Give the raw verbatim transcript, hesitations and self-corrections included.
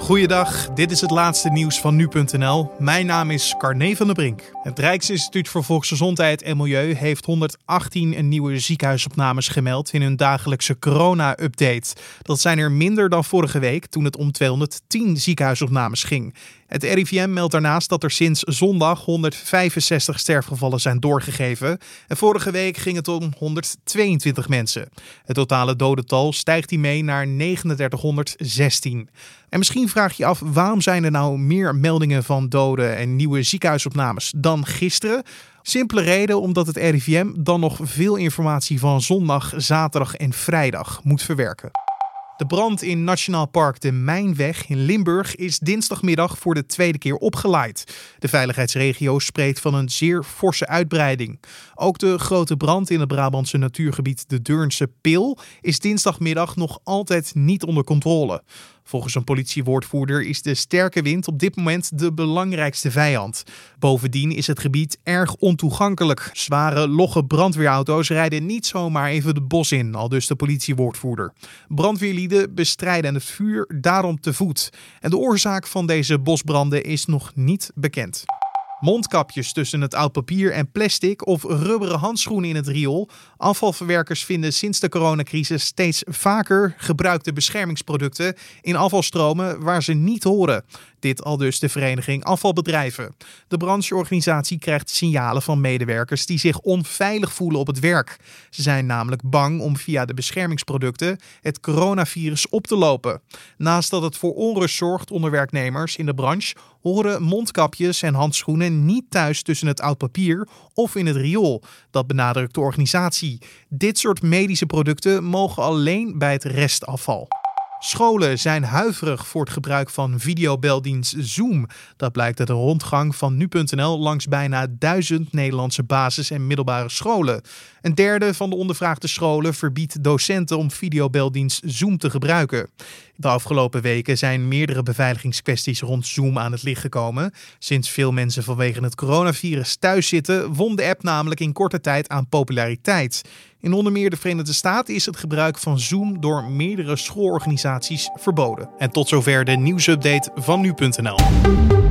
Goeiedag, dit is het laatste nieuws van nu punt n l. Mijn naam is Carne van der Brink. Het Rijksinstituut voor Volksgezondheid en Milieu heeft honderdachttien nieuwe ziekenhuisopnames gemeld in hun dagelijkse corona-update. Dat zijn er minder dan vorige week toen het om tweehonderdtien ziekenhuisopnames ging. Het R I V M meldt daarnaast dat er sinds zondag honderdvijfenzestig sterfgevallen zijn doorgegeven. En vorige week ging het om honderdtweeëntwintig mensen. Het totale dodental stijgt hiermee naar drieduizend En misschien vraag je af, waarom zijn er nou meer meldingen van doden en nieuwe ziekenhuisopnames dan gisteren? Simpele reden omdat het R I V M dan nog veel informatie van zondag, zaterdag en vrijdag moet verwerken. De brand in Nationaal Park de Mijnweg in Limburg is dinsdagmiddag voor de tweede keer opgelaaid. De veiligheidsregio spreekt van een zeer forse uitbreiding. Ook de grote brand in het Brabantse natuurgebied de Deurnse Pil is dinsdagmiddag nog altijd niet onder controle. Volgens een politiewoordvoerder is de sterke wind op dit moment de belangrijkste vijand. Bovendien is het gebied erg ontoegankelijk. Zware, logge brandweerauto's rijden niet zomaar even het bos in, aldus de politiewoordvoerder. Brandweerlieden bestrijden het vuur daarom te voet. En de oorzaak van deze bosbranden is nog niet bekend. Mondkapjes tussen het oud papier en plastic of rubberen handschoenen in het riool. Afvalverwerkers vinden sinds de coronacrisis steeds vaker gebruikte beschermingsproducten in afvalstromen waar ze niet horen. Dit aldus de vereniging Afvalbedrijven. De brancheorganisatie krijgt signalen van medewerkers die zich onveilig voelen op het werk. Ze zijn namelijk bang om via de beschermingsproducten het coronavirus op te lopen. Naast dat het voor onrust zorgt onder werknemers in de branche, horen mondkapjes en handschoenen niet thuis tussen het oud papier of in het riool. Dat benadrukt de organisatie. Dit soort medische producten mogen alleen bij het restafval. Scholen zijn huiverig voor het gebruik van videobeldienst Zoom. Dat blijkt uit een rondgang van nu punt n l langs bijna duizend Nederlandse basis- en middelbare scholen. Een derde van de ondervraagde scholen verbiedt docenten om videobeldienst Zoom te gebruiken. De afgelopen weken zijn meerdere beveiligingskwesties rond Zoom aan het licht gekomen. Sinds veel mensen vanwege het coronavirus thuis zitten, won de app namelijk in korte tijd aan populariteit. In onder meer de Verenigde Staten is het gebruik van Zoom door meerdere schoolorganisaties verboden. En tot zover de nieuwsupdate van nu punt n l.